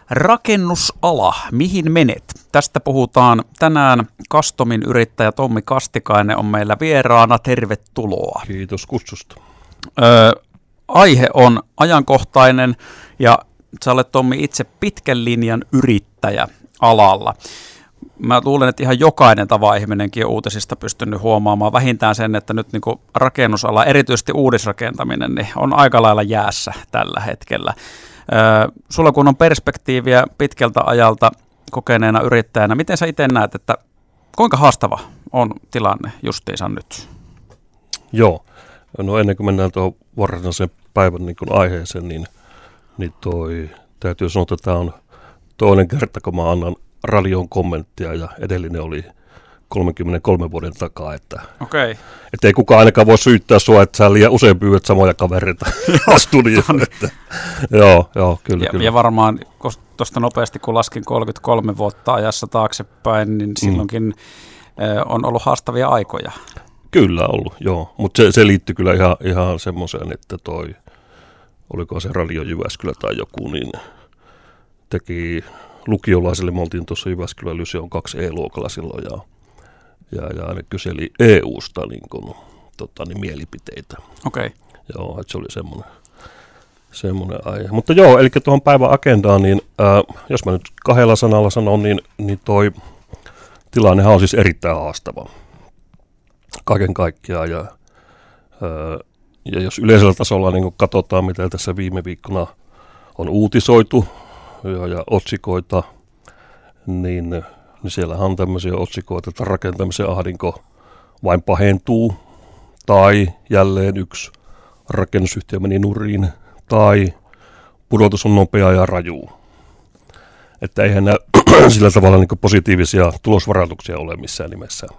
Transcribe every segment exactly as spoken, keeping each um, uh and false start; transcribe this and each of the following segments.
Rakennusala, mihin menet? Tästä puhutaan tänään. Castomin yrittäjä Tommi Kastikainen on meillä vieraana. Tervetuloa. Kiitos kutsusta. Öö, aihe on ajankohtainen ja sä olet, Tommi, itse pitkän linjan yrittäjä alalla. Mä luulen, että ihan jokainen tava ihminenkin on uutisista pystynyt huomaamaan vähintään sen, että nyt niin kuin rakennusala, erityisesti uudisrakentaminen, niin on aika lailla jäässä tällä hetkellä. Öö, sulla kun on perspektiiviä pitkältä ajalta kokeneena yrittäjänä, miten sä itse näet, että kuinka haastava on tilanne justiinsa nyt? Joo, no ennen kuin mennään tuohon varsinaiseen päivän niin kuin aiheeseen, niin, niin toi, täytyy sanoa, että tämä on toinen kerta, kun mä annan radion kommenttia ja edellinen oli kolmekymmentäkolme vuoden takaa, että, okay. että ei kukaan ainakaan voi syyttää sua, että sä liian usein pyydät samoja kavereita studioon. että, joo, joo, kyllä, ja, kyllä. Ja varmaan tuosta nopeasti, kun laskin kolmekymmentäkolme vuotta ajassa taaksepäin, niin silloinkin mm. on ollut haastavia aikoja. Kyllä ollut, joo, mutta se, se liittyy kyllä ihan, ihan semmoiseen, että toi, oliko se Radio Jyväskylä tai joku, niin teki lukiolaisille, me oltiin tuossa Jyväskylän Lyseon kaksi E-luokalla silloin, ja, ja, ja ne kyseli E U:sta niin kun, tota, niin mielipiteitä. Okei. Okay. Joo, että se oli semmoinen, semmoinen aihe. Mutta joo, eli tuohon päivän agendaan, niin äh, jos mä nyt kahdella sanalla sanon, niin, niin toi tilannehan on siis erittäin haastava. Kaiken kaikkiaan, ja, ää, ja jos yleisellä tasolla niin katsotaan, mitä tässä viime viikkona on uutisoitu ja, ja otsikoita, niin, niin siellähän on tämmöisiä otsikoita, että rakentamisen ahdinko vain pahentuu, tai jälleen yksi rakennusyhtiö meni nurin, tai pudotus on nopea ja raju. Että eihän nämä sillä tavalla niin positiivisia tulosvaroituksia ole missään nimessä.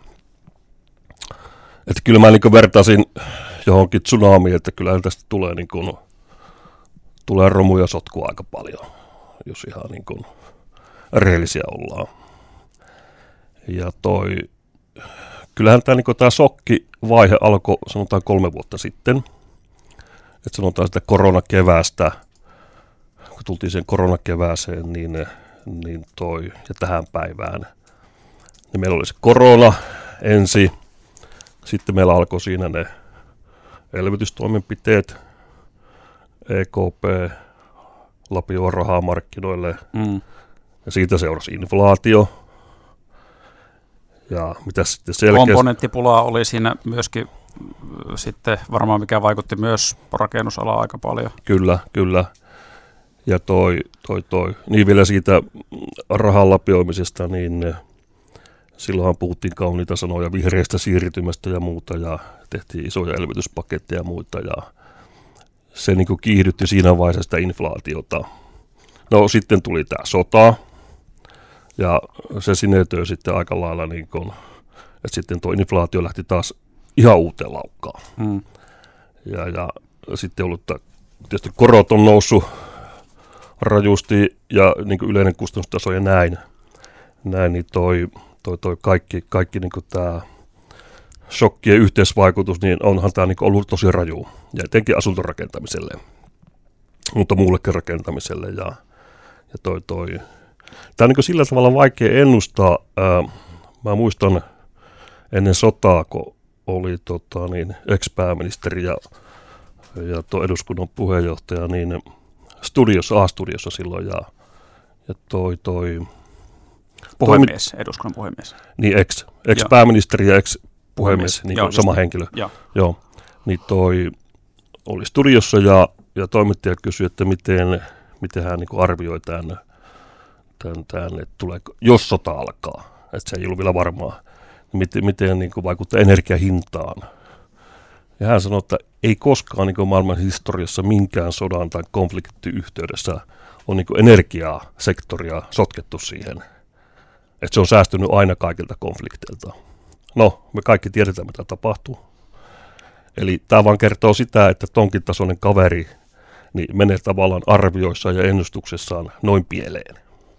Että kyllä mä niin vertaisin johonkin tsunamiin, että kyllähän tästä tulee, niin kuin, tulee romuja sotkua aika paljon, jos ihan niin kuin rehellisiä ollaan. Ja toi, kyllähän tämä, niin tämä shokkivaihe alkoi sanotaan kolme vuotta sitten. Että sanotaan sitä koronakeväästä, kun tultiin sen koronakevääseen, niin, niin toi, ja tähän päivään, niin meillä oli se korona ensin. Sitten meillä alkoi siinä ne elvytystoimenpiteet, E K P lapioi rahaa markkinoille, mm. ja siitä seurasi inflaatio. Ja mitä sitten selkeästi... Komponenttipulaa oli siinä myöskin sitten varmaan, mikä vaikutti myös rakennusalaa aika paljon. Kyllä, kyllä. Ja toi, toi, toi. Niin vielä siitä rahan lapioimisesta, niin... Silloinhan puhuttiin kauniita sanoja vihreästä siirtymästä ja muuta, ja tehtiin isoja elvytyspaketteja ja muita, ja se niin kuin kiihdytti siinä vaiheessa sitä inflaatiota. No sitten tuli tämä sota, ja se sinetöi sitten aika lailla, niin kuin, että sitten tuo inflaatio lähti taas ihan uuteen laukkaan. Hmm. Ja, ja sitten ollut, tietysti korot on noussut rajusti, ja niin kuin yleinen kustannustaso ja näin, näin niin toi... Toi, toi kaikki, kaikki niin tämä shokkien yhteisvaikutus, niin onhan tämä niin ollut tosi raju, ja etenkin asuntorakentamiselle, mutta muullekin rakentamiselle. Ja, ja toi, toi. Tämä on niin sillä tavalla vaikea ennustaa. Ää, mä muistan ennen sotaa, kun oli tota, niin, ex-pääministeri ja, ja tuo eduskunnan puheenjohtaja, niin studiossa, A-studiossa silloin, ja, ja toi... toi Puhemies, Toimi, eduskunnan puhemies. Niin, ex, ex-pääministeri ja ex-puhemies, niin joo, sama just, henkilö. Joo. Joo. Niin toi oli studiossa ja, ja toimittaja kysyi, että miten, miten hän niin arvioi tämän, tämän, tämän, että tulee, jos sota alkaa, että se ei ollut vielä varmaa, niin miten, miten niin vaikuttaa energiahintaan. Ja hän sanoi, että ei koskaan niin maailman historiassa minkään sodan tai konfliktiyhteydessä on niin energiasektoria sotkettu siihen. Että se on säästynyt aina kaikilta konflikteilta. No, me kaikki tiedetään, mitä tapahtuu. Eli tämä vaan kertoo sitä, että tonkin tasoinen kaveri niin menee tavallaan arvioissa ja ennustuksessaan noin pieleen.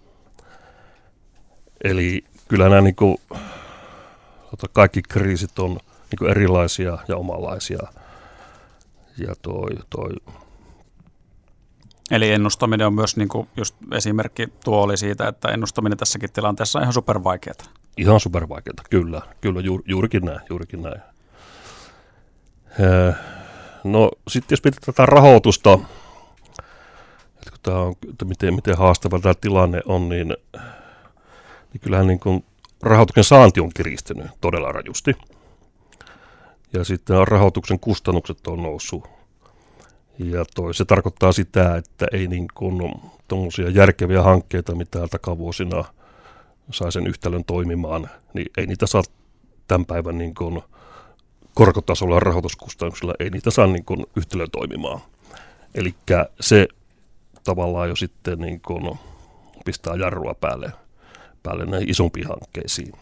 Eli kyllä nämä niin kuin, kaikki kriisit on niin kuin erilaisia ja omanlaisia. Ja toi, toi. Eli ennustaminen on myös, niin kuin just esimerkki tuo oli siitä, että ennustaminen tässäkin tilanteessa on ihan supervaikeaa. Ihan supervaikeaa, kyllä. Kyllä, ju, juurikin näin, juurikin näin. No sitten jos mietitään tätä rahoitusta, että kun tämä on, että miten, miten haastava tämä tilanne on, niin, niin kyllähän niin kuin rahoituksen saanti on kiristynyt todella rajusti. Ja sitten rahoituksen kustannukset on noussut. Ja toi, se tarkoittaa sitä, että ei niin kuin tuommoisia järkeviä hankkeita, mitä takavuosina sai sen yhtälön toimimaan, niin ei niitä saa tämän päivän niin kuin korkotasolla rahoituskustannuksilla, ei niitä saa niin kuin yhtälön toimimaan. Eli se tavallaan jo sitten niin kuin pistää jarrua päälle, päälle näihin isompiin hankkeisiin.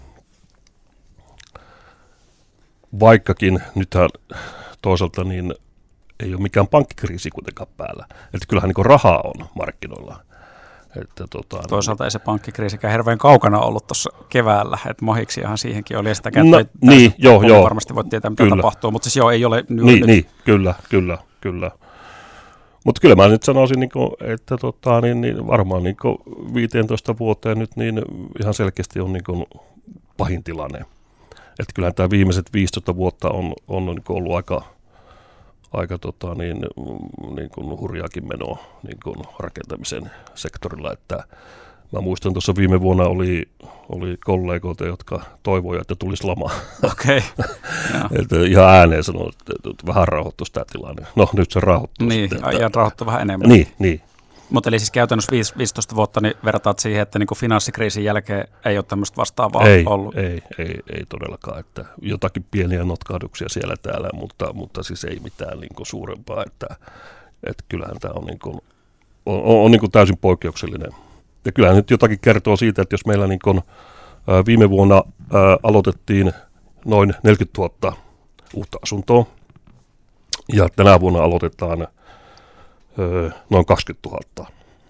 Vaikkakin nythän toisaalta niin ei ole mikään pankkikriisi kuitenkaan päällä. Että kyllähän niin kuin rahaa on markkinoilla. Että tota, toisaalta niin, ei se pankkikriisikään hirveän kaukana ollut tuossa keväällä, että mohiksiahan siihenkin oli, ja sitäkään no, niin, joo, joo, varmasti voi tietää, mitä kyllä tapahtuu, mutta siis joo, ei ole niin, nyt. Niin, kyllä, kyllä, kyllä. Mutta kyllä mä nyt sanoisin, niin kuin, että tota, niin, niin varmaan niin kuin viisitoista vuoteen nyt niin ihan selkeästi on niin kuin pahin tilanne. Että kyllähän tämä viimeiset viisitoista vuotta on, on niin kuin ollut aika, aika tota, niin, niin kuin hurjaakin menoa niin kuin rakentamisen sektorilla. Että mä muistan tuossa viime vuonna oli, oli kollegoita, jotka toivoivat, että tulisi lama. Okei. Okay. Ihan ääneen sanoi, että, että vähän rauhoittuisi tämä tilanne. No nyt se rauhoittuu. Niin, sitten, että, ihan rauhoittuu vähän enemmän. Niin, niin. Mutta eli siis käytännössä viisitoista vuotta niin verrataan siihen, että niin kuin finanssikriisin jälkeen ei ole tämmöistä vastaavaa ei, ollut. Ei, ei, ei todellakaan. Että jotakin pieniä notkahduksia siellä täällä, mutta, mutta siis ei mitään niin kuin suurempaa. Että, että kyllähän tämä on, niin kuin, on, on, on niin kuin täysin poikkeuksellinen. Ja kyllähän nyt jotakin kertoo siitä, että jos meillä niin kuin, ää, viime vuonna ää, aloitettiin noin neljäkymmentätuhatta uutta asuntoa, ja tänä vuonna aloitetaan ää, noin kaksikymmentätuhatta.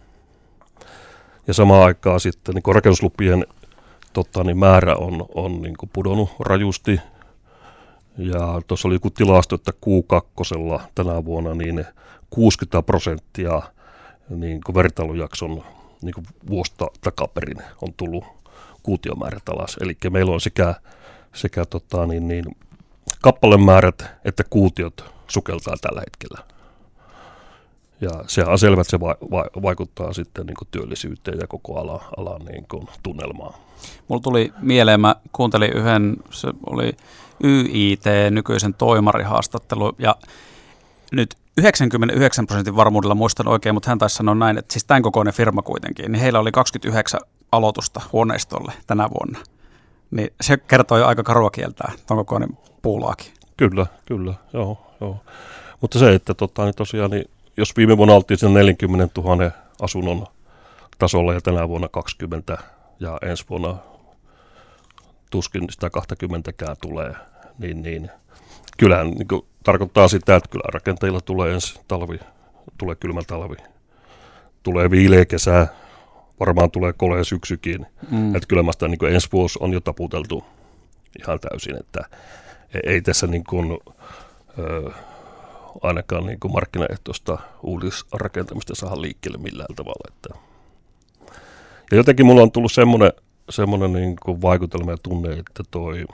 Ja samaan aikaan sitten niin rakennuslupien totta, niin määrä on, on niin kuin pudonnut rajusti. Ja tuossa oli joku tilasto, että Q kaksi tänä vuonna niin kuusikymmentä prosenttia niin kuin vertailujakson niin kuin vuosta takaperin on tullut kuutiomäärät alas. Eli meillä on sekä, sekä tota, niin, niin, kappalemäärät että kuutiot sukeltaa tällä hetkellä. Ja sehän on selvä, että se va- va- vaikuttaa sitten niin kuin työllisyyteen ja koko alan, alan niin kuin tunnelmaan. Mulla tuli mieleen, mä kuuntelin yhden, se oli Y I T, nykyisen toimarihaastattelu, ja nyt yhdeksänkymmentäyhdeksän prosentin varmuudella muistan oikein, mutta hän taisi sanoa näin, että siis tämän kokoinen firma kuitenkin, niin heillä oli kaksikymmentäyhdeksän aloitusta huoneistolle tänä vuonna. Niin se kertoo jo aika karua kieltää, ton kokoinen puulaakin. Kyllä, kyllä, joo, joo. Mutta se, että tota, niin tosiaan, niin jos viime vuonna oltiin sen neljäkymmentätuhatta asunnon tasolla ja tänä vuonna kaksikymmentä ja ensi vuonna tuskin sitä kaksikymmentäkään tulee, niin, niin kyllähän niin kuin tarkoittaa sitä, että kyllä rakentajilla tulee ensi talvi, tulee kylmä talvi, tulee viileä kesä, varmaan tulee kolea syksykin. Mm. Että kyllä sitä niin kuin ensi vuosi on jo taputeltu ihan täysin, että ei tässä niin kuin, ö, ainakaan niin kuin markkinaehtoista uudisrakentamista saada liikkeelle millään tavalla. Että. Ja jotenkin mulla on tullut semmoinen, semmoinen niin kuin vaikutelma ja tunne, että toi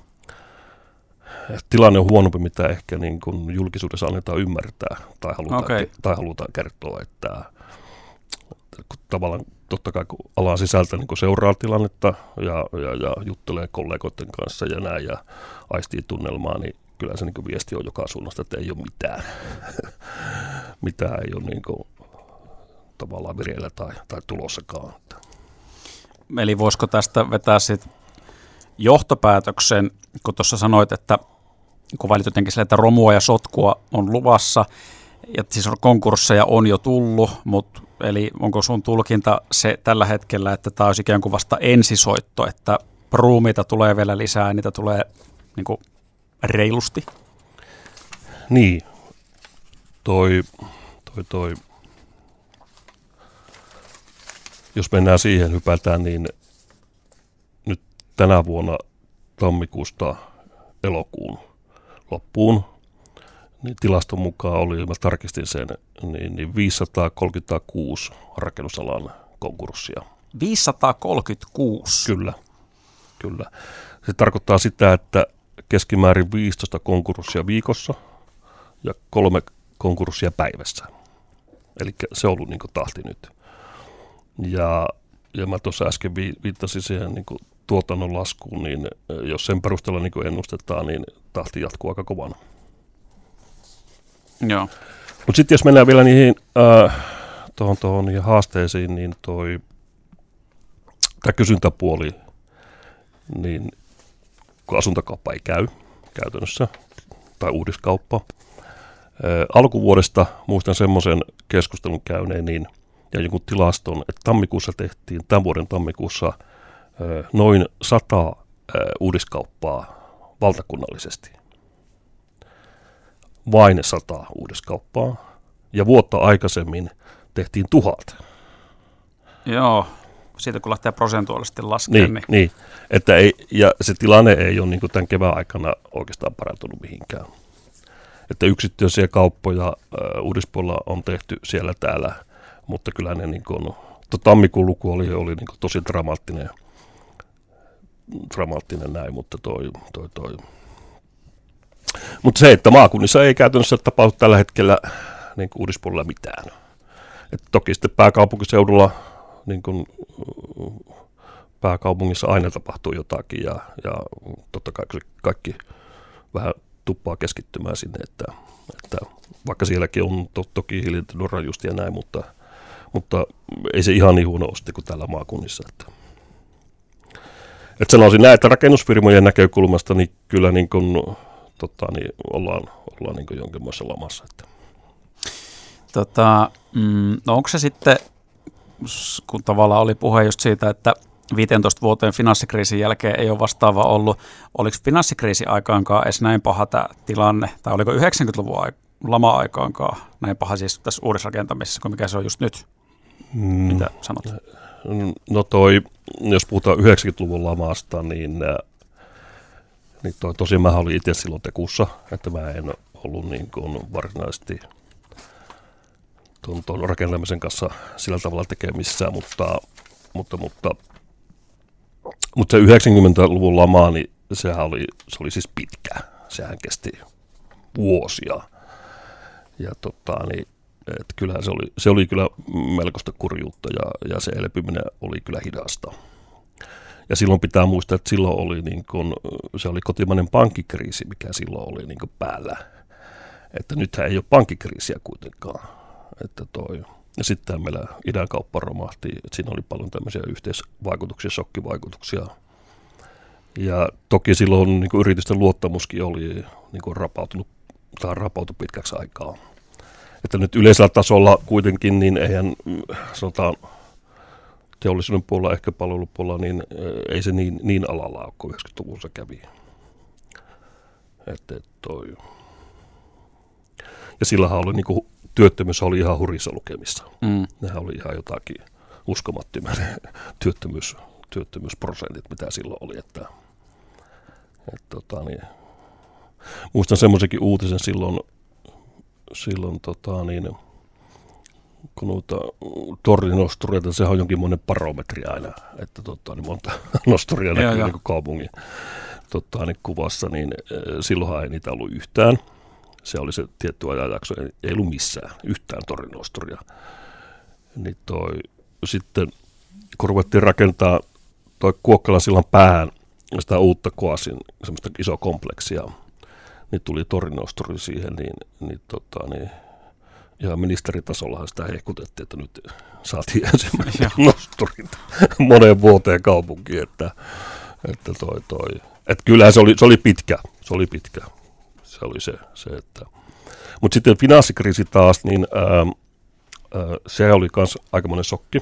tilanne on huonompi, mitä ehkä niin kuin julkisuudessa annetaan ymmärtää tai halutaan, okay. tai halutaan kertoa, että, että tavallaan totta kai kun alan sisältä niin kuin seuraa tilannetta ja, ja, ja juttelee kollegoiden kanssa ja näin ja aistii tunnelmaa, niin kyllä se niin kuin viesti on joka suunnasta, että ei ole mitään. mitään ei ole niin kuin tavallaan vireillä tai, tai tulossakaan. Eli voisiko tästä vetää sitten johtopäätöksen, kun tuossa sanoit, että kuvailit jotenkin sille, että romua ja sotkua on luvassa, ja siis konkursseja on jo tullut, mutta eli onko sun tulkinta se tällä hetkellä, että tämä olisi ikään kuin vasta ensisoitto, että ruumiita tulee vielä lisää ja niitä tulee niin kuin reilusti? Niin, toi, toi, toi. Jos mennään siihen, hypätään, niin nyt tänä vuonna tammikuusta elokuun loppuun, niin tilaston mukaan oli, mä tarkistin sen, niin, niin viisisataakolmekymmentäkuusi rakennusalan konkurssia. viisisataakolmekymmentäkuusi? Kyllä, kyllä. Se tarkoittaa sitä, että keskimäärin viisitoista konkurssia viikossa ja kolme konkurssia päivässä. Eli se on ollut niin kuin tahti nyt. Ja, ja mä tuossa äsken viittasin siihen niin kuin tuotannon laskuun, niin jos sen perusteella niin kuin ennustetaan, niin tahti jatkuu aika kovana. Joo. Mutta sitten jos mennään vielä niihin, äh, tohon, tohon, niihin haasteisiin, niin toi tämä kysyntäpuoli, niin kun asuntokauppa ei käy käytännössä, tai uudiskauppa. Ää, alkuvuodesta muistan semmoisen keskustelun käyneen niin, ja jonkun tilaston, että tammikuussa tehtiin, tämän vuoden tammikuussa ää, noin sata ää, uudiskauppaa valtakunnallisesti. Vain sata uudiskauppaa. Ja vuotta aikaisemmin tehtiin tuhat. Joo. Siitä kun lähtee prosentuaalisesti laskemaan. Niin, niin. Että ei, ja se tilanne ei ole niin kuin tämän kevään aikana oikeastaan parantunut mihinkään. Että yksityisiä kauppoja äh, uudispuolella on tehty siellä täällä, mutta kyllä ne niin kuin, to, tammikuun luku oli, oli niin kuin tosi dramaattinen, dramaattinen näin, mutta toi, toi, toi. Mutta se, että maakunnissa ei käytännössä tapahdu tällä hetkellä niin kuin uudispuolella mitään. Et toki sitten pääkaupunkiseudulla niin kuin pääkaupungissa aina tapahtuu jotakin ja, ja totta kai kaikki vähän tuppaa keskittymään sinne, että, että vaikka sielläkin on to, toki hiljentynyt rajusti ja näin, mutta, mutta ei se ihan niin huono osti kuin täällä maakunnissa. Että, että sanoisin näin, että rakennusfirmojen näkökulmasta niin kyllä niin kuin, tota, niin ollaan, ollaan niin kuin jonkinlaisessa lamassa. Että. Tota, no onko se sitten, kun tavallaan oli puhe just siitä, että viisitoista vuoteen finanssikriisin jälkeen ei ole vastaava ollut. Oliko finanssikriisin aikaankaan edes näin paha tämä tilanne? Tai oliko yhdeksänkymmentäluvun lama-aikaankaan näin paha siis tässä uudisrakentamisessa, kuin mikä se on just nyt? Mm. Mitä sanot? No toi, jos puhutaan yhdeksänkymmentäluvun lamasta, niin, niin toi, tosiaan mä olin itse silloin tekussa, että mä en ollut niin kuin varsinaisesti tuon, tuon rakentamisen kanssa sillä tavalla tekemisissä, mutta, mutta, mutta Mutta se yhdeksänkymmentäluvun lama, niin sehän oli, se oli siis pitkä. Sehän kesti vuosia. Ja tota, niin, et kyllähän se oli, se oli kyllä melkoista kurjuutta ja, ja se elpyminen oli kyllä hidasta. Ja silloin pitää muistaa, että silloin oli niin kun, se oli kotimainen pankkikriisi, mikä silloin oli niin kun päällä. Että nythän ei ole pankkikriisiä kuitenkaan. Että toi... Ja sitten meillä idänkauppa romahti, että siinä oli paljon tämmöisiä yhteisvaikutuksia, shokkivaikutuksia. Ja toki silloin niin kuin yritysten luottamuskin oli niin kuin rapautunut tai rapautui pitkäksi aikaa. Että nyt yleisellä tasolla kuitenkin, niin eihän sanotaan teollisuuden puolella, ehkä palvelupuolella, niin ei se niin, niin alalla ole kuin yhdeksänkymmentäluvulla kävi. Että toi. Ja sillähän oli niin kuin työttömyys oli ihan hurissa lukemissa. Mm. Nehän oli ihan jotakin uskomattomia työttömyys, työttömyysprosentit, mitä silloin oli. Että, et, tota, niin. Muistan semmoisenkin uutisen silloin, silloin tota, niin, kun noita torninostureita, sehän on jonkinmoinen barometri aina, että tota, niin monta nosturia näkyy niin kaupungin tota, niin kuvassa, niin silloinhan ei niitä ollut yhtään. Se oli se tietty ajanjakso, ei, ei ollut missään yhtään torinosturia. Niin toi, sitten kun ruvettiin rakentaa toi Kuokkalan sillan päähän sitä uutta Koasin semmoista isoa kompleksia, niin tuli torinosturi siihen, niin, niin, tota, niin ihan ministeritasollahan sitä hehkutettiin, että nyt saatiin ensimmäiset nosturit moneen vuoteen kaupunkiin, että, että toi, toi. Että kyllähän se oli, se oli pitkä, se oli pitkä. Se oli se, se että. Mutta sitten finanssikriisi taas, niin ää, ää, se oli myös aikamoinen shokki,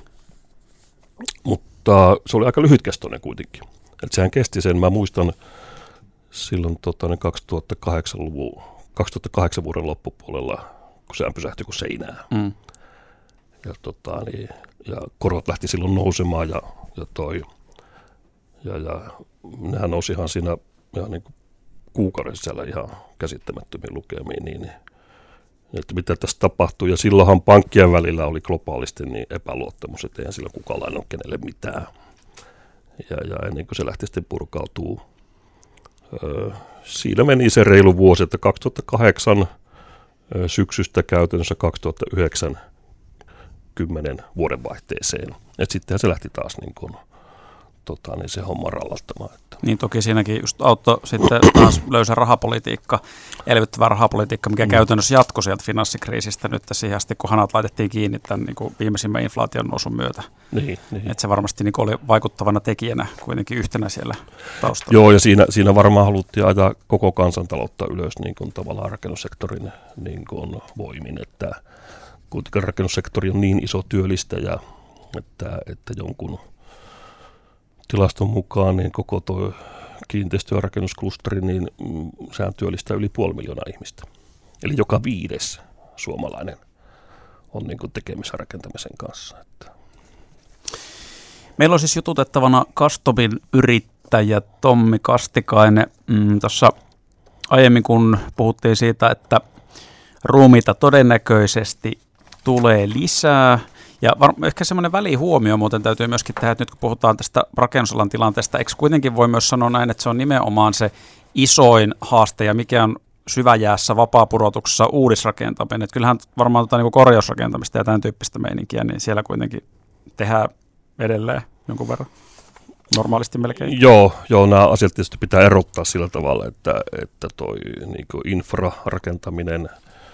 mutta se oli aika lyhytkestoinen kuitenkin. Et sehän kesti sen, mä muistan silloin tota, kaksituhattakahdeksan-luvun, kaksituhattakahdeksan vuoden loppupuolella, kun sehän pysähtyi kuin seinään. Mm. Ja, tota, niin, ja korot lähti silloin nousemaan ja, ja, toi, ja, ja nehän nousi ihan siinä ihan niin kuin kuukauden sisällä ihan käsittämättömiin lukemiin, niin että mitä tässä tapahtuu. Ja silloinhan pankkien välillä oli globaalisti niin epäluottamus, että eihän sillä kukaan lainaa kenelle mitään. Ja, ja ennen kuin se lähti sitten purkautuu. Öö, siinä meni se reilu vuosi, että kaksituhattakahdeksan öö, syksystä käytännössä kaksituhattayhdeksän kymmenen vuodenvaihteeseen. Et sittenhän se lähti taas niin kuin, tota, niin se homma rallaltamaan. Että. Niin toki siinäkin just auttoi sitten taas löysä rahapolitiikka, elvyttävä rahapolitiikka, mikä mm. käytännössä jatkoi sieltä finanssikriisistä nyt siihen asti, kun hanat laitettiin kiinni tämän niin kuin viimeisimmän inflaation nousun myötä. Niin, niin. Että se varmasti niin kuin oli vaikuttavana tekijänä kuitenkin yhtenä siellä taustalla. Joo, ja siinä, siinä varmaan haluttiin ajaa koko kansantaloutta ylös niin kuin tavallaan rakennussektorin niin kuin voimin, että kuitenkin rakennussektori on niin iso työllistäjä, että, että jonkun tilaston mukaan niin koko tuo kiinteistö- ja rakennusklusteri, niin sehän työllistää yli puoli miljoonaa ihmistä. Eli joka viides suomalainen on niin kuin tekemisissä rakentamisen kanssa. Että. Meillä on siis jututettavana Castomin yrittäjä Tommi Kastikainen. Mm, Tuossa aiemmin kun puhuttiin siitä, että ruumiita todennäköisesti tulee lisää. Ja var- ehkä semmoinen välihuomio muuten täytyy myöskin tehdä, että nyt kun puhutaan tästä rakennusalan tilanteesta, eikö kuitenkin voi myös sanoa näin, että se on nimenomaan se isoin haaste ja mikä on syväjäässä vapaapudotuksessa uudisrakentaminen. Että kyllähän varmaan tota niin korjausrakentamista ja tämän tyyppistä meininkiä, niin siellä kuitenkin tehdään edelleen jonkun verran. Normaalisti melkein. Joo, joo, nämä asiat tietysti pitää erottaa sillä tavalla, että, että toi niin kuin infrarakentaminen,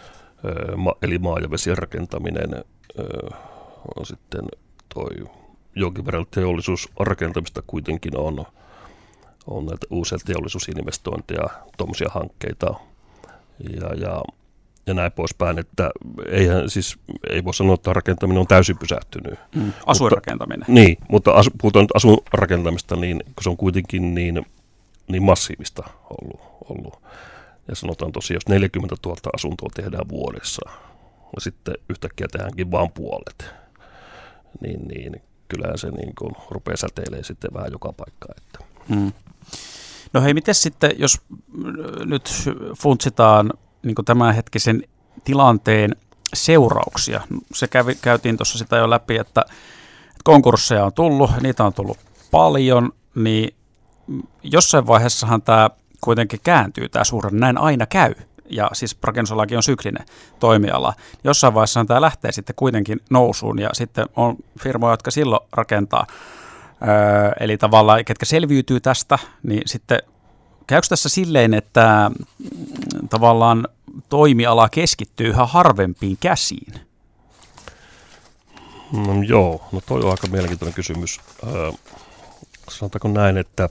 eli maa- ja vesien rakentaminen, on sitten toi jonkin verran teollisuusrakentamista kuitenkin on, on näitä uusia teollisuusinvestointeja, tuommoisia hankkeita ja, ja, ja näin poispäin, että eihän siis, ei voi sanoa, että rakentaminen on täysin pysähtynyt. Mm, asuinrakentaminen. Mutta, niin, mutta asu, puhutaan nyt asuinrakentamista, niin kun se on kuitenkin niin, niin massiivista ollut, ollut. Ja sanotaan tosiaan, jos neljäkymmentätuhatta asuntoa tehdään vuodessa, ja sitten yhtäkkiä tehdäänkin vain puolet, niin, niin kyllähän se niin kuin rupeaa säteilemään sitten vähän joka paikkaan. Että. Mm. No hei, miten sitten, jos nyt funtsitaan niin kuin tämänhetkisen tilanteen seurauksia? Se kävi, käytiin tuossa sitä jo läpi, että, että konkursseja on tullut, niitä on tullut paljon, niin jossain vaiheessahan tämä kuitenkin kääntyy, tämä suhdanne, näin aina käy. Ja siis rakennusalakin on syklinen toimiala. Jossain vaiheessa tämä lähtee sitten kuitenkin nousuun ja sitten on firmoja, jotka silloin rakentaa. Öö, eli tavallaan, ketkä selviytyy tästä, niin sitten käykö tässä silleen, että mm, tavallaan toimiala keskittyy yhä harvempiin käsiin? No, joo, no toi on aika mielenkiintoinen kysymys. Öö, sanotaanko näin, että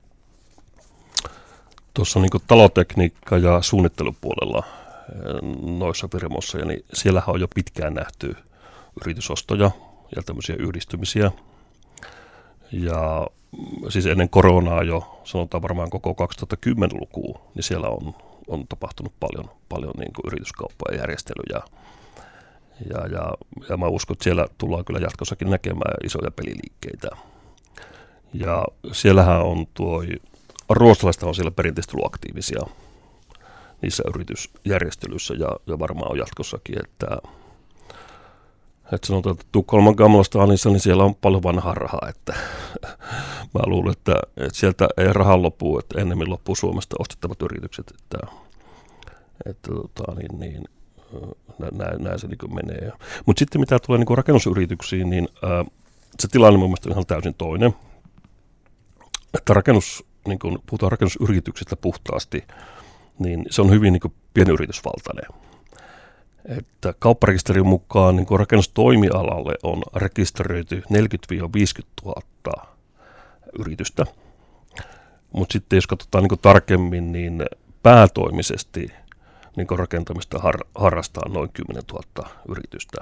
tuossa niin kuin talotekniikka- ja suunnittelupuolella noissa firmoissa, niin siellähän on jo pitkään nähty yritysostoja ja tämmöisiä yhdistymisiä. Ja siis ennen koronaa jo, sanotaan varmaan koko kaksituhattakymmenlukua, niin siellä on, on tapahtunut paljon, paljon niin kuin yrityskauppoja ja järjestelyjä. Ja, ja, ja mä uskon, että siellä tullaan kyllä jatkossakin näkemään isoja peliliikkeitä. Ja siellähän on tuo ruotsalaiset on siellä perinteisesti ollut aktiivisia niissä yritysjärjestelyissä ja, ja varmaan on jatkossakin, että, että sanotaan, että Tukholman Gamlastaanissa, niin siellä on paljon vanhaa rahaa, että mä luulen, että, että sieltä ei rahaa lopu, että ennemmin loppuu Suomesta ostettavat yritykset, että, että tota, niin, niin, näin, näin se niin menee. Mutta sitten mitä tulee niin rakennusyrityksiin, niin ää, se tilanne mun mielestä on ihan täysin toinen, että rakennus niin kun puhutaan rakennusyrityksistä puhtaasti, niin se on hyvin niin kuin pienyritysvaltainen. Että kaupparekisterin mukaan niin kuin rakennustoimialalle on rekisteröity neljäkymmentä viisikymmentätuhatta yritystä. Mutta sitten jos katsotaan niin kuin tarkemmin, niin päätoimisesti niin kuin rakentamista har- harrastaa noin kymmenentuhatta yritystä.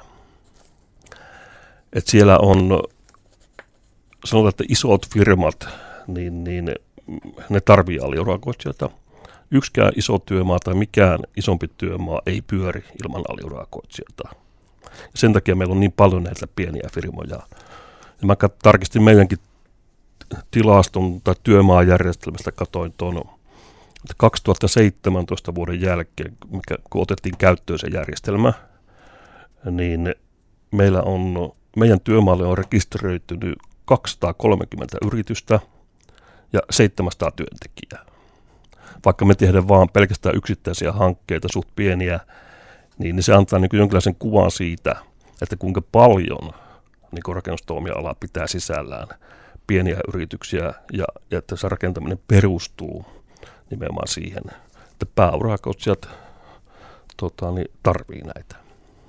Et siellä on, sanotaan, että isot firmat, niin, niin ne tarvii aliurakoitsijoita. Yksikään iso työmaa tai mikään isompi työmaa ei pyöri ilman aliurakoitsijoita. Sen takia meillä on niin paljon näitä pieniä firmoja. Ja mä tarkistin meidänkin tilaston tai työmaajärjestelmästä, katsoin tuon kaksituhattaseitsemäntoista vuoden jälkeen, mikä, kun otettiin käyttöön se järjestelmä, niin meillä on, meidän työmaalle on rekisteröitynyt kaksisataakolmekymmentä yritystä ja seitsemänsataa työntekijää. Vaikka me tehdään vaan pelkästään yksittäisiä hankkeita, suht pieniä, niin se antaa niin kuin jonkinlaisen kuvan siitä, että kuinka paljon niin kuin rakennustoimiala pitää sisällään pieniä yrityksiä ja, ja että se rakentaminen perustuu nimenomaan siihen, että pääurakoitsijat tota, niin tarvii näitä.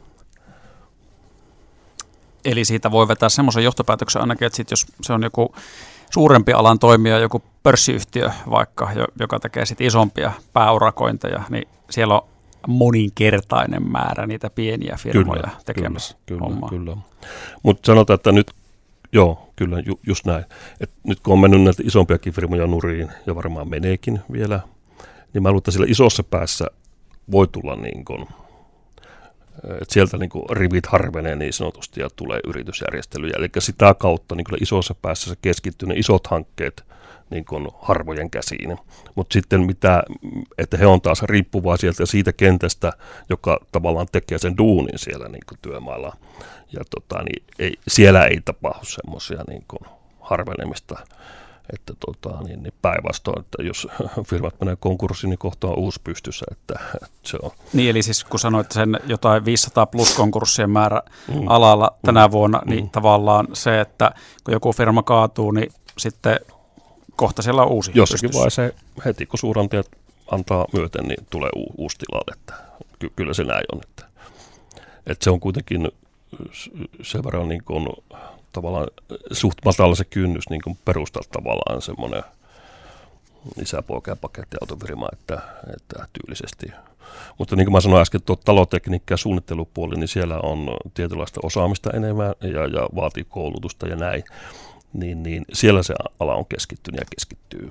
Eli siitä voi vetää semmoisen johtopäätöksen ainakin, että sit jos se on joku suurempi alan toimija, joku pörssiyhtiö vaikka, joka tekee sit isompia pääurakointeja, niin siellä on moninkertainen määrä niitä pieniä firmoja kyllä, tekemässä kyllä, hommaa. Kyllä, kyllä. Mutta sanotaan, että nyt, joo, kyllä, ju, just näin. Et nyt kun on mennyt näitä isompiakin firmoja nuriin, ja varmaan meneekin vielä, niin mä luulen, että siellä isossa päässä voi tulla niin kuin, että sieltä niin kuin rivit harvenee niin sanotusti ja tulee yritysjärjestelyjä. Eli sitä kautta niin kuin isossa päässä se keskittyy ne isot hankkeet niin kuin harvojen käsiin. Mutta sitten mitä, että he on taas riippuvaisia siitä kentästä, joka tavallaan tekee sen duunin siellä niin kuin työmaalla. Ja tota, niin ei, siellä ei tapahdu semmoisia niin kuin harvenemista. Että tota, niin, niin päinvastoin, että jos firmat menee konkurssiin, niin kohta on uusi pystyssä. Että, että se on. Niin, eli siis kun sanoit sen jotain viisisataa plus konkurssien määrä mm. alalla tänä mm. vuonna, niin mm. tavallaan se, että kun joku firma kaatuu, niin sitten kohta siellä on uusi jossakin pystyssä. vaiheessa heti, kun suurantajat antaa myöten, niin tulee u- uusi tilalle. Että ky- kyllä se näin on. Että, että se on kuitenkin sen verran niin kuin tavallaan suht matala se kynnys niin kuin perustaa tavallaan semmoinen isäpoika- ja pakettiautofirma, että, että tyylisesti. Mutta niin kuin mä sanoin äsken, tuo talotekniikka ja suunnittelupuoli, niin siellä on tietynlaista osaamista enemmän ja, ja vaatii koulutusta ja näin. Niin, niin siellä se ala on keskittynyt ja keskittyy.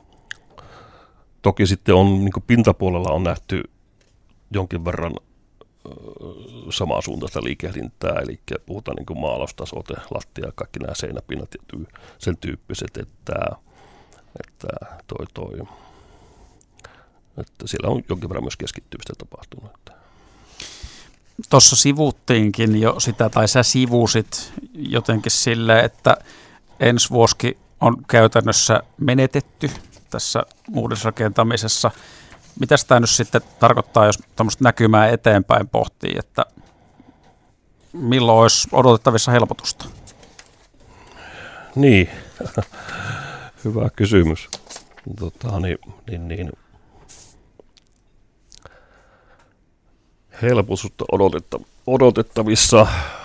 Toki sitten on niin kuin pintapuolella on nähty jonkin verran samaa suuntaista liikehdintää, eli puhutaan niin kuin maalaustasot, lattia ja kaikki nämä seinäpinnat ja sen tyyppiset, että, että, toi, toi, että siellä on jonkin verran myös keskittymistä tapahtunut. Tuossa sivuttiinkin jo sitä, tai sä sivusit jotenkin silleen, että ensi vuosikin on käytännössä menetetty tässä uudisrakentamisessa. Mitäs tämä nyt sitten tarkoittaa, jos tämmöistä näkymää eteenpäin pohtii, että milloin olisi odotettavissa helpotusta? Niin, hyvä kysymys. Tota, niin, niin, niin. Helpotusta odotetta, odotettavissa.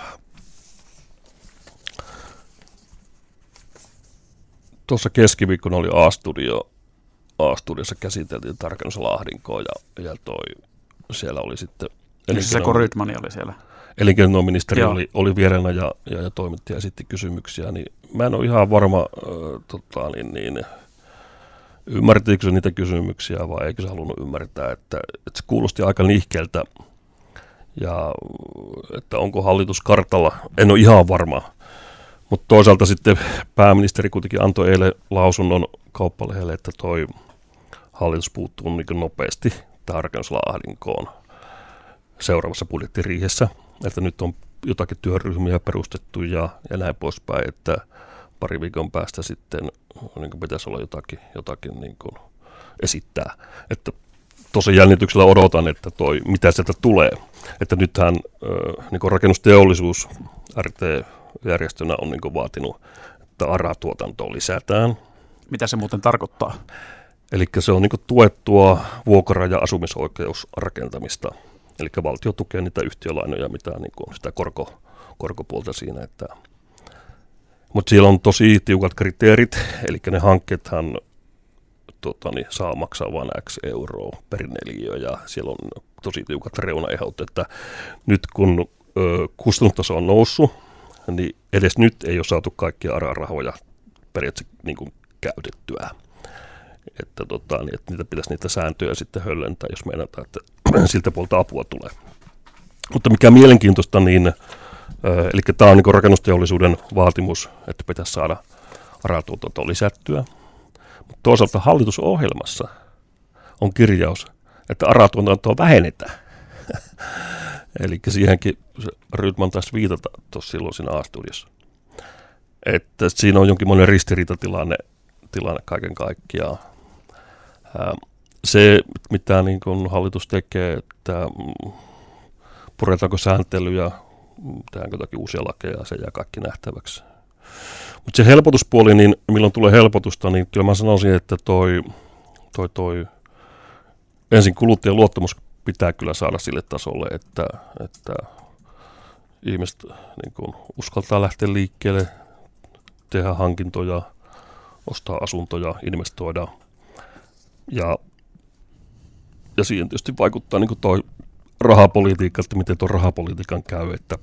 Tuossa keskiviikkona oli A-studio. A-studiossa käsiteltiin tarkennusahdinkoa ja, ja toi, siellä oli sitten se kun Rydman oli siellä. Elinkeinoministeri oli, oli vierellä ja, ja, ja toimittaja esitti kysymyksiä, niin mä en ole ihan varma, äh, tota, niin, niin, ymmärtikö se niitä kysymyksiä vai eikö se halunnut ymmärtää, että, että se kuulosti aika nihkeältä ja että onko hallitus kartalla, en ole ihan varma. Mutta toisaalta sitten pääministeri kuitenkin antoi eilen lausunnon Kauppalehdelle, että toi hallitus puuttuu niin nopeasti tähän rakennusahdinkoon seuraavassa budjettiriihessä, että nyt on jotakin työryhmiä perustettu ja, ja näin poispäin, että pari viikon päästä sitten niin pitäisi olla jotakin, jotakin niin esittää. Että tosi jännityksellä odotan, että toi, mitä sieltä tulee. Että nythän niin rakennusteollisuus R T-järjestönä on niin vaatinut, että A R A-tuotantoa lisätään. Mitä se muuten tarkoittaa? Eli se on niin tuettua vuokra- ja asumisoikeusrakentamista. Eli valtio tukee niitä yhtiölainoja, mitä niin sitä korko, korkopuolta siinä. Että. Mutta siellä on tosi tiukat kriteerit, eli ne hankkeethan tota, niin, saa maksaa vain X euroa per neliö, ja siellä on tosi tiukat reunaehdot, että nyt kun ö, kustannustaso on noussut, niin edes nyt ei ole saatu kaikkia A R A-rahoja periaatteessa niin kuin käytettyä. Että, tota, niin, että niitä pitäisi niitä sääntöjä sitten höllentää, jos meinataan, että siltä puolta apua tulee. Mutta mikä mielenkiintoista, niin, äh, eli tämä on niin rakennusteollisuuden vaatimus, että pitäisi saada A R A-tuotantoa lisättyä. Mutta toisaalta hallitusohjelmassa on kirjaus, että ARA-tuotantoa vähennetään. Eli siihenkin Rydman taisi viitata tuossa silloin siinä A-studiossa. Että siinä on jonkinlainen ristiriitatilanne tilanne kaiken kaikkiaan. Se, mitä niin kun hallitus tekee, että puretaanko sääntelyä, tehdäänkö jotakin uusia lakeja, se jää kaikki nähtäväksi. Mutta se helpotuspuoli, niin milloin tulee helpotusta, niin kyllä mä sanoisin, että toi, toi, toi ensin kuluttajan luottamus pitää kyllä saada sille tasolle, että, että ihmiset niin kun uskaltaa lähteä liikkeelle, tehdä hankintoja, ostaa asuntoja, investoida. Ja, ja siihen tietysti vaikuttaa niin kuin toi rahapolitiikka, että miten tuon rahapolitiikan käy, että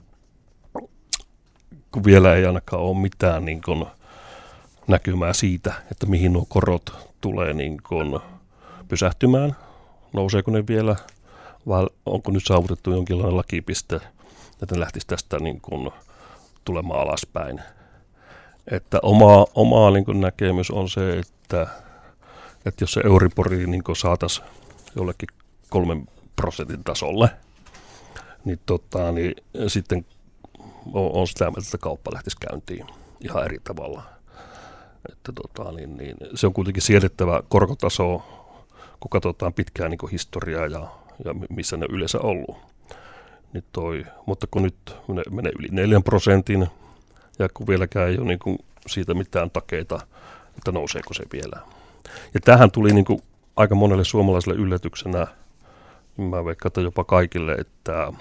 kun vielä ei ainakaan ole mitään niin kuin näkymää siitä, että mihin nuo korot tulee niin kuin pysähtymään, nouseeko ne vielä, vai onko nyt saavutettu jonkinlainen lakipiste, että ne lähtisi tästä niin kuin tulemaan alaspäin. Että oma, oma niin kuin näkemys on se, että, että jos se Euribori niin kuin saataisiin jollekin kolmen prosentin tasolle, niin, tota, niin sitten on, on sitä mieltä, että kauppa lähtisi käyntiin ihan eri tavalla. Että, tota, niin, niin, se on kuitenkin siedettävä korkotaso, kun katsotaan pitkään niin kuin historiaa ja, ja missä ne yleensä ollut. Niin toi, mutta kun nyt menee, menee yli neljän prosentin, ja kun vieläkään ei ole niin kuin siitä mitään takeita, että nouseeko se vielä. Ja tämähän tuli niin kuin aika monelle suomalaiselle yllätyksenä, mä veikkaan, että jopa kaikille, että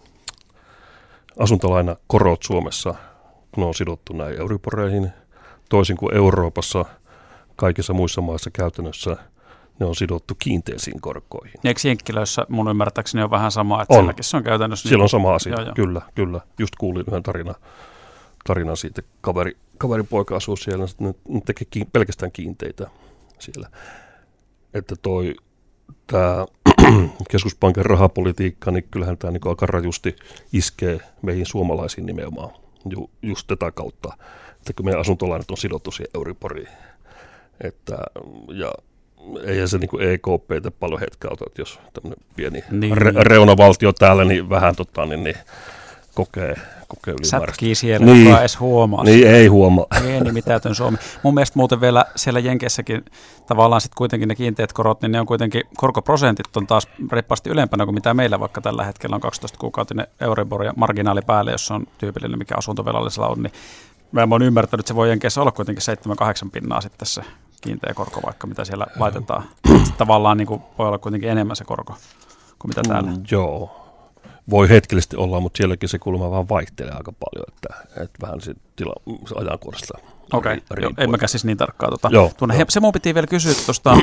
asuntolainakorot Suomessa, kun on sidottu näihin euriboreihin, toisin kuin Euroopassa, kaikissa muissa maissa käytännössä ne on sidottu kiinteisiin korkoihin. Eikö Jenkkilöissä mun ymmärtääkseni on vähän sama, että on. sielläkin se on käytännössä... Siellä niin... on sama asia, joo, joo. kyllä, kyllä. Just kuulin yhden tarinan, tarinan siitä, kaveri, kaveripoika asuu siellä, ne, ne tekee ki, pelkästään kiinteitä siellä. Että toi, tämä keskuspankin rahapolitiikka, niin kyllähän tämä niin aika rajusti iskee meihin suomalaisiin nimenomaan ju, just tätä kautta, että kun meidän asuntolainat on sidottu siihen Euriboriin. Että, ja eihän se niin E K P:tä paljon hetkeä ota, että jos tämmöinen pieni niin, re, reunavaltio täällä, niin vähän tota, niin, niin, kokee, kokee ylimääräistä. Sätkii siellä, niin, joka edes huomaa. Niin, ei huomaa. Pieni mitätön Suomi. Mun mielestä muuten vielä siellä Jenkeissäkin tavallaan sitten kuitenkin ne kiinteät korot, niin ne on kuitenkin, korkoprosentit on taas reippaasti ylempänä kuin mitä meillä vaikka tällä hetkellä on kaksitoista kuukautinen Euribor ja marginaali päälle, jos on tyypillinen, mikä asuntovelallisella on, niin mä oon ymmärtänyt, että se voi Jenkeissä olla kuitenkin seitsemän kahdeksan pinnaa sitten se kiinteä korko, vaikka mitä siellä laitetaan. Sitten tavallaan niin kuin voi olla kuitenkin enemmän se korko kuin mitä täällä. Mm, joo, voi hetkellisesti olla, mutta sielläkin se kulma vaan vaihtelee aika paljon, että, että vähän se, tila, se ajankuoresta. Okei, okay. En mäkään siis niin tarkkaa. Tuota. Tuonne, he, se mun piti vielä kysyä tuosta,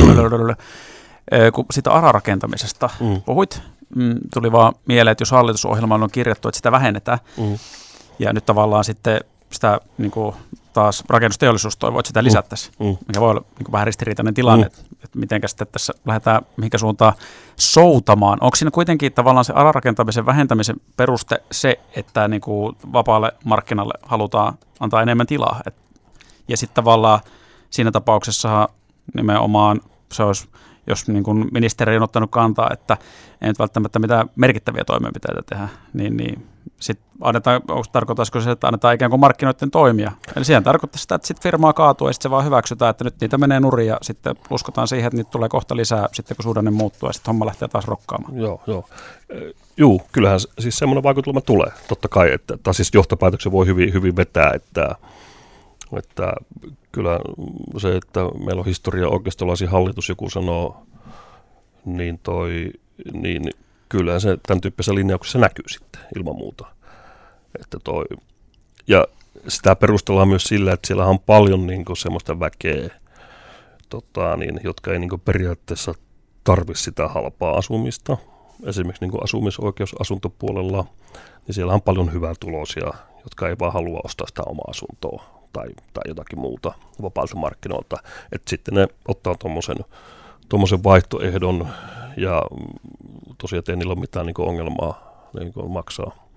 kun siitä ARA-rakentamisesta mm. puhuit, mm, tuli vaan mieleen, että jos hallitusohjelmaan on kirjattu, että sitä vähennetään, mm. ja nyt tavallaan sitten sitä niin kuin taas rakennusteollisuus toivoo, että sitä lisättäisiin, mm. mikä voi olla niin kuin vähän ristiriitainen tilanne, mm. että, että mitenkä sitten tässä lähdetään mihinkä suuntaan soutamaan. Onko siinä kuitenkin tavallaan se ARA-rakentamisen vähentämisen peruste se, että niin kuin vapaalle markkinalle halutaan antaa enemmän tilaa? Et, ja sitten tavallaan siinä tapauksessa nimenomaan se olisi, jos niin kuin ministeri on ottanut kantaa, että ei nyt välttämättä mitään merkittäviä toimenpiteitä tehdä, niin, niin sitten annetaan, tarkoittaisiko se, että annetaan ikään kuin markkinoiden toimia. Eli siihen tarkoittaa sitä, että sitten firmaa kaatuu ja sitten se vaan hyväksytään, että nyt niitä menee nurin ja sitten uskotaan siihen, että niitä tulee kohta lisää sitten kun suhdanne muuttuu ja sitten homma lähtee taas rokkaamaan. Joo, joo. Juu, kyllähän siis semmoinen vaikutelma tulee, totta kai, että tai siis johtopäätöksen voi hyvin, hyvin vetää, että, että kyllä se, että meillä on historia oikeistolaisia hallitus, joku sanoo, niin toi, niin kyllähän se tämän tyyppisessä linjauksessa näkyy sitten ilman muuta. Että toi, ja sitä perustellaan myös sillä, että siellä on paljon niin kuin semmoista väkeä, tota, niin, jotka ei niin kuin periaatteessa tarvitse sitä halpaa asumista. Esimerkiksi niin kuin asumisoikeusasuntopuolella, niin siellä on paljon hyvää tulosia, jotka ei vaan halua ostaa sitä omaa asuntoa tai, tai jotakin muuta vapaalta markkinoilta. Että sitten ne ottaa tuommoisen tuommoisen vaihtoehdon ja tosiaan ei niillä ole mitään niin kuin ongelmaa niin kuin maksaa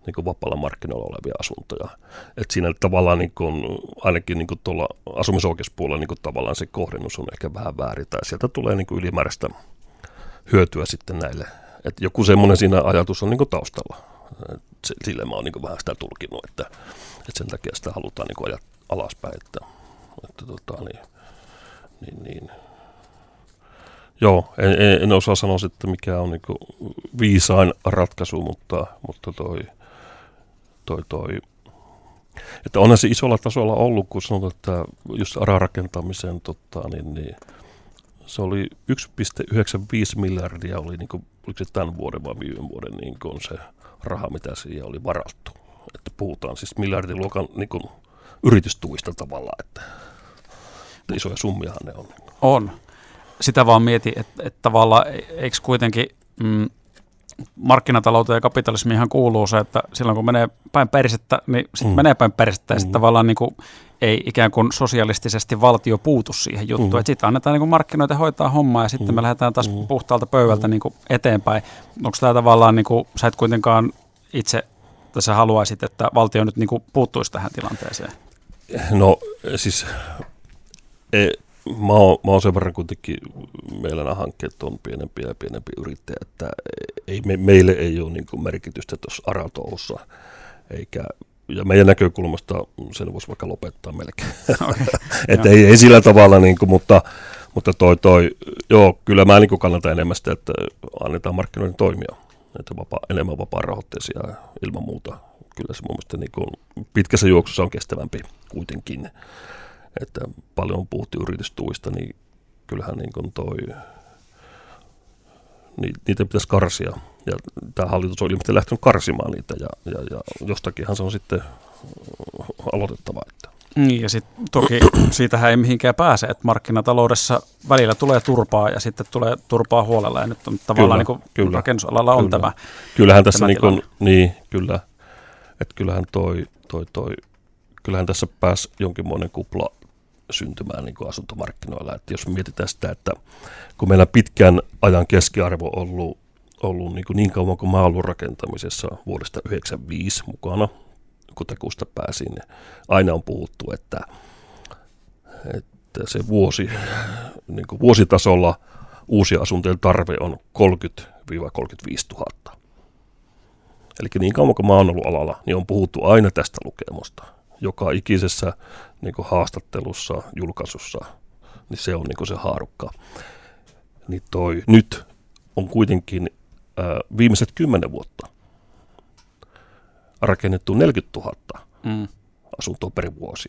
niin kuin vapaalla markkinoilla olevia asuntoja. Et siinä tavallaan niin kuin, ainakin niin kuin tuolla asumisoikeuspuolella niin kuin tavallaan se kohdennus on ehkä vähän väärin, tai sieltä tulee niin kuin ylimääräistä hyötyä sitten näille. Et joku semmoinen siinä ajatus on niin kuin taustalla. Et sille mä oon niin kuin vähän sitä tulkinnut, että, että sen takia sitä halutaan niin kuin ajaa alaspäin. Että, että tota, niin, niin, niin. Joo, en, en osaa sanoa sitten mikä on niin kuin viisain ratkaisu, mutta, mutta toi, toi, toi, että onhan se isolla tasolla ollut, kun sanotaan, että just A R A-rakentamisen, tota, niin, niin, se oli yksi pilkku yhdeksänkymmentäviisi miljardia, oli niin kuin, oliko se tämän vuoden vai viime vuoden niin kuin se raha, mitä siihen oli varattu. Että puhutaan siis miljardiluokan niin kuin yritystuista tavallaan, että, että isoja summiahan ne on. On. Sitä vaan mietin, että, että tavallaan eikö kuitenkin mm, markkinatalouteen ja kapitalismiinhan kuuluu se, että silloin kun menee päin perisettä, niin sitten mm. menee päin perisettä ja mm. sitten tavallaan niin kuin ei ikään kuin sosialistisesti valtio puutu siihen juttuun. Mm. Että sitten annetaan niin kuin markkinoita hoitaa hommaa ja sitten mm. me lähdetään taas mm. puhtaalta pöydältä mm. niin kuin eteenpäin. Onko tämä tavallaan, niin kuin, sä et kuitenkaan itse tässä haluaisit, että valtio nyt niin kuin puuttuisi tähän tilanteeseen? No siis e, mä, oon, mä oon sen verran kuitenkin, meillä nämä hankkeet on pienempiä ja pienempiä yrittäjä, että ei, me, meille ei ole niin kuin merkitystä tuossa A R A-touhussa, eikä ja meidän näkökulmasta sen voisi vaikka lopettaa melkein. Okay. Että ei, ei sillä tavalla, niin kuin, mutta, mutta toi, toi, joo, kyllä mä niin kuin kannatan enemmän sitä, että annetaan markkinoiden toimia. Että vapaa, enemmän vapaa-rahoitteisia ilman muuta. Kyllä se mun mielestä niin kuin pitkässä juoksussa on kestävämpi kuitenkin. Että paljon on puhuttu yritystuista, niin kyllähän niin kuin toi, niin, niitä pitäisi karsia. Ja tämä hallitus on ilmeisesti lähtenyt karsimaan niitä, ja, ja, ja jostakinhan se on sitten aloitettava. Että. Niin, ja sitten toki siitähän ei mihinkään pääse, että markkinataloudessa välillä tulee turpaa, ja sitten tulee turpaa huolella, ja nyt on tavallaan kyllä, niin kuin rakennusalalla on kyllä. tämä Kyllähän tässä tämä niin, kuin, niin, kyllä, että kyllähän toi, toi, toi, kyllähän tässä pääsi jonkinmoinen kupla syntymään niin kuin asuntomarkkinoilla, että jos mietitään sitä, että kun meillä pitkän ajan keskiarvo on ollut ollut niin, kuin niin kauan kuin mä oon ollut rakentamisessa vuodesta yhdeksänkymmentäviisi mukana, kun takuusta pääsin, niin aina on puhuttu, että, että se vuosi, niin kuin vuositasolla uusia asuntojen tarve on kolmekymmentä kolmekymmentäviisi tuhatta. Eli niin kauan kuin mä oon ollut alalla, niin on puhuttu aina tästä lukemusta. Joka ikisessä niin kuin haastattelussa, julkaisussa, niin se on niin kuin se haarukka. Niin toi, nyt on kuitenkin viimeiset kymmenen vuotta rakennettu neljäkymmentätuhatta mm. asuntoa per vuosi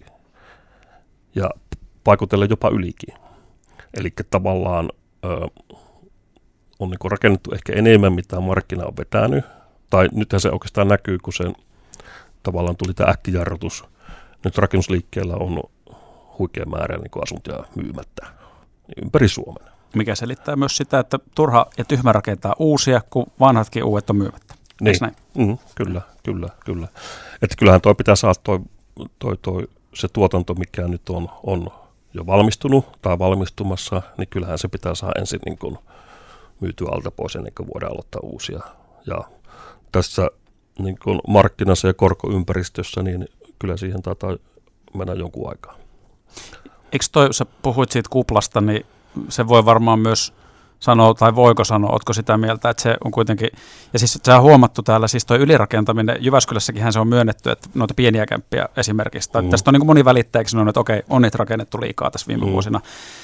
ja paikotellen jopa ylikin. Eli tavallaan ö, on niin rakennettu ehkä enemmän, mitä markkina on vetänyt. Tai nythän se oikeastaan näkyy, kun sen tavallaan tuli tämä äkkijarrutus. Nyt rakennusliikkeellä on huikea määrä niin asuntoja myymättä ympäri Suomen. Mikä selittää myös sitä, että turha ja tyhmä rakentaa uusia, kun vanhatkin uudet on myymättä. Niin. Näin? Mm, kyllä, kyllä, kyllä. Että kyllähän toi pitää saada toi, toi, toi, se tuotanto, mikä nyt on, on jo valmistunut tai valmistumassa, niin kyllähän se pitää saada ensin niin kuin myytyä alta pois ennen kuin voidaan aloittaa uusia. Ja tässä niin kuin markkinassa ja korkoympäristössä, niin kyllä siihen taitaa mennä jonkun aikaa. Eikö toi, sä puhuit siitä kuplasta, niin se voi varmaan myös sanoa, tai voiko sanoa, ootko sitä mieltä, että se on kuitenkin, ja siis se on huomattu täällä, siis toi ylirakentaminen, Jyväskylässäkinhän se on myönnetty, että noita pieniä kämppiä esimerkiksi, tai mm. tästä on niin kuin moni välittäjäkin sanonut, että okei, on niitä rakennettu liikaa tässä viime mm. vuosina,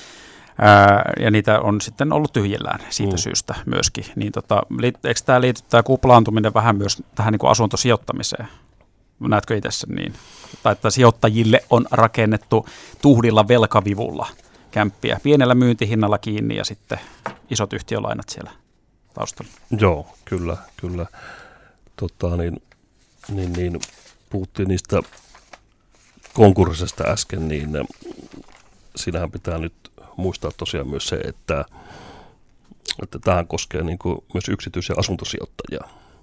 Ää, ja niitä on sitten ollut tyhjillään siitä mm. syystä myöskin, niin tota, eikö tämä liity, tämä kuplaantuminen vähän myös tähän niin kuin asuntosijoittamiseen? Näetkö itse sen niin? Tai että sijoittajille on rakennettu tuhdilla velkavivulla kämppiä, pienellä myyntihinnalla kiinni ja sitten isot yhtiölainat siellä taustalla. Joo, kyllä, kyllä. Tota, niin, niin, niin, puhuttiin niistä konkurssista äsken, niin siinähän pitää nyt muistaa tosiaan myös se, että, että tämähän koskee niin kuin myös yksityisiä asuntosijoittajia.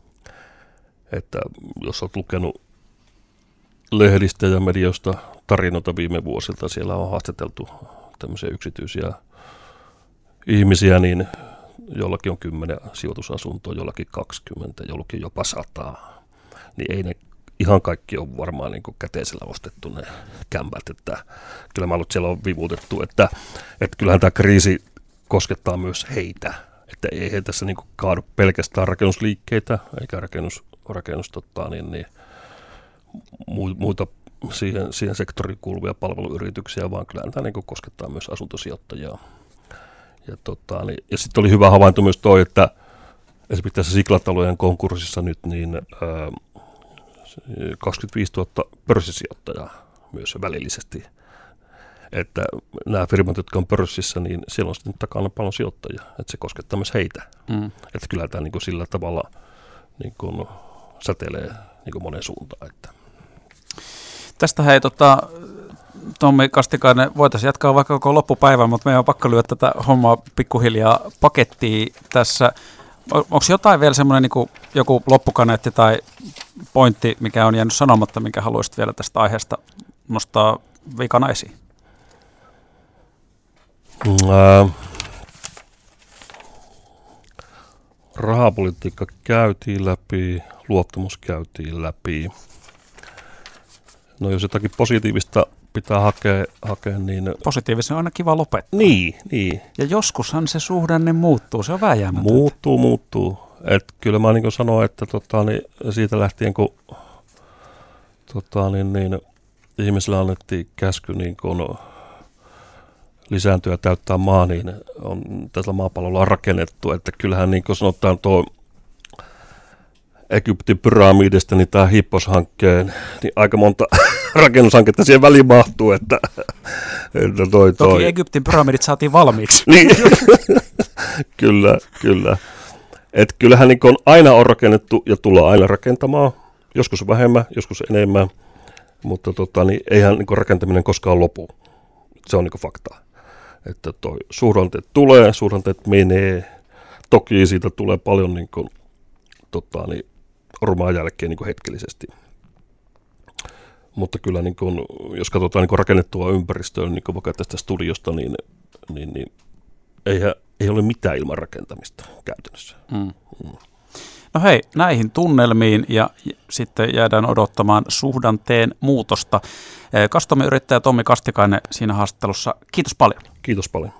Että jos olet lukenut lehdistä ja medioista tarinoita viime vuosilta, siellä on haastateltu tämmöisiä yksityisiä ihmisiä, niin jollakin on kymmenen sijoitusasuntoa, jollakin kaksikymmentä, jollakin jopa sataa. niin ei ne ihan kaikki on varmaan niin kuin käteisellä ostettu ne kämpät, että kyllä mä ollut siellä on vivutettu, että, että kyllähän tämä kriisi koskettaa myös heitä, että ei he tässä niin kuin kaadu pelkästään rakennusliikkeitä, eikä rakennus, rakennus tota, niin, niin, muita siihen, siihen sektoriin kuuluvia palveluyrityksiä, vaan kyllä tämä niin kuin koskettaa myös asuntosijoittajia. Ja, tota, niin, ja sitten oli hyvä havainto myös toi, että esimerkiksi tässä Siklatalojen konkurssissa nyt niin ää, kaksikymmentäviisituhatta pörssisijoittajaa myös välillisesti. Että nämä firmat, jotka on pörssissä, niin siellä on sitten takana paljon sijoittajia, että se koskettaa myös heitä. Mm. Että kyllä tämä niin kuin sillä tavalla niin kuin säteilee niin kuin moneen suuntaan. Että. Tästä hei, tota, Tommi Kastikainen, voitaisiin jatkaa vaikka koko loppupäivän, mutta meidän on pakko lyödä tätä hommaa pikkuhiljaa pakettiin tässä. Onko jotain vielä semmoinen niin kuin joku loppukaneetti tai pointti, mikä on jäänyt sanomatta, minkä haluaisit vielä tästä aiheesta nostaa vikana esiin? Äh, rahapolitiikka käytiin läpi, luottamus käytiin läpi. No jos jotakin positiivista pitää hakea, hakea niin... Positiivisen on aina kiva lopettaa. Niin, niin. Ja joskushan se suhdanne muuttuu, se on vääjäämätöntä. Muuttuu, muuttuu. Et kyllä mä niin kuin sanoin, että tota, niin siitä lähtien kun tota, niin, niin, ihmisillä annettiin käsky niin kun lisääntyä ja täyttää maa, niin on tällä maapallolla on rakennettu. Että kyllähän niin kuin sanotaan tuo Egyptin pyramidista, niin tämä Hippos-hankkeen, niin aika monta rakennushanketta siihen väliin mahtuu, että, että toi, toi. Toki Egyptin pyramidit saatiin valmiiksi. Niin, kyllä, kyllä. Että kyllähän niin on aina on rakennettu ja tullaan aina rakentamaan, joskus vähemmän, joskus enemmän, mutta tota, niin eihän niin rakentaminen koskaan lopu. Se on niin fakta. Että toi suhdanteet tulee, suhdanteet menee, toki siitä tulee paljon niin kuin, tota, niin, ormaan jälkeen niin kuin hetkellisesti. Mutta kyllä niin kuin, jos katsotaan niin kuin rakennettua ympäristöä, niin kuin vaikka tästä studiosta, niin, niin, niin eihän, ei ole mitään ilman rakentamista käytännössä. Mm. Mm. No hei, näihin tunnelmiin ja sitten jäädään odottamaan suhdanteen muutosta. Kastomi-yrittäjä Tommi Kastikainen siinä haastattelussa. Kiitos paljon. Kiitos paljon.